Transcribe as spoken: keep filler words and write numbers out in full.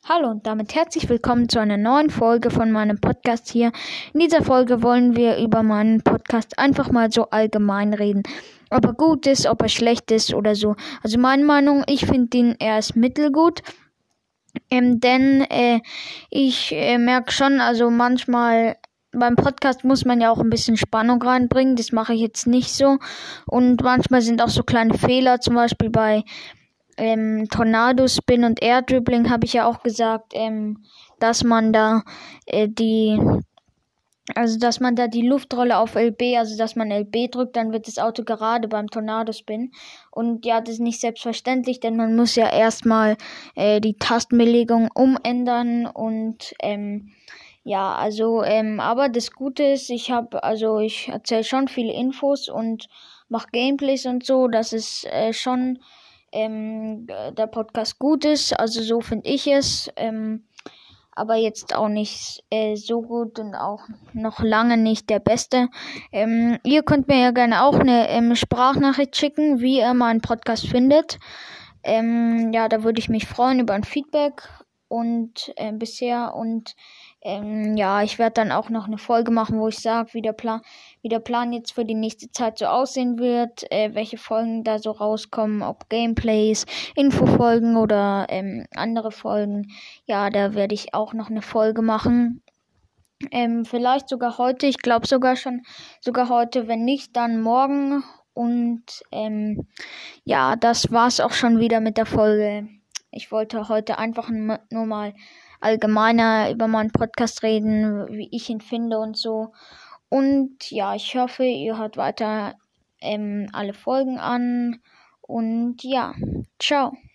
Hallo und damit herzlich willkommen zu einer neuen Folge von meinem Podcast hier. In dieser Folge wollen wir über meinen Podcast einfach mal so allgemein reden. Ob er gut ist, ob er schlecht ist oder so. Also meine Meinung, ich finde ihn erst mittelgut. Ähm, denn äh, ich äh, merke schon, also manchmal beim Podcast muss man ja auch ein bisschen Spannung reinbringen. Das mache ich jetzt nicht so. Und manchmal sind auch so kleine Fehler, zum Beispiel bei Ähm, Tornado Spin und Air Dribbling habe ich ja auch gesagt, ähm, dass man da äh, die, also dass man da die Luftrolle auf L B, also dass man L B drückt, dann wird das Auto gerade beim Tornado Spin. Und ja, das ist nicht selbstverständlich, denn man muss ja erstmal äh, die Tastenbelegung umändern und ähm, ja, also, ähm, aber das Gute ist, ich habe, also ich erzähle schon viele Infos und mache Gameplays und so, dass es äh, schon ähm, der Podcast gut ist, also so finde ich es, ähm, aber jetzt auch nicht äh, so gut und auch noch lange nicht der Beste. Ähm, ihr könnt mir ja gerne auch eine ähm, Sprachnachricht schicken, wie ihr meinen Podcast findet. Ähm, ja, da würde ich mich freuen über ein Feedback und äh, bisher und ähm, ja, ich werde dann auch noch eine Folge machen, wo ich sage, wie der Plan, wie der Plan jetzt für die nächste Zeit so aussehen wird, äh, welche Folgen da so rauskommen, ob Gameplays, Infofolgen oder ähm, andere Folgen. Ja, da werde ich auch noch eine Folge machen. Ähm, vielleicht sogar heute, ich glaube sogar schon, sogar heute, wenn nicht, dann morgen. Und ähm, ja, das war's auch schon wieder mit der Folge. Ich wollte heute einfach n- nur mal allgemeiner über meinen Podcast reden, wie ich ihn finde und so. Und ja, ich hoffe, ihr hört weiter ähm, alle Folgen an. Und ja, ciao.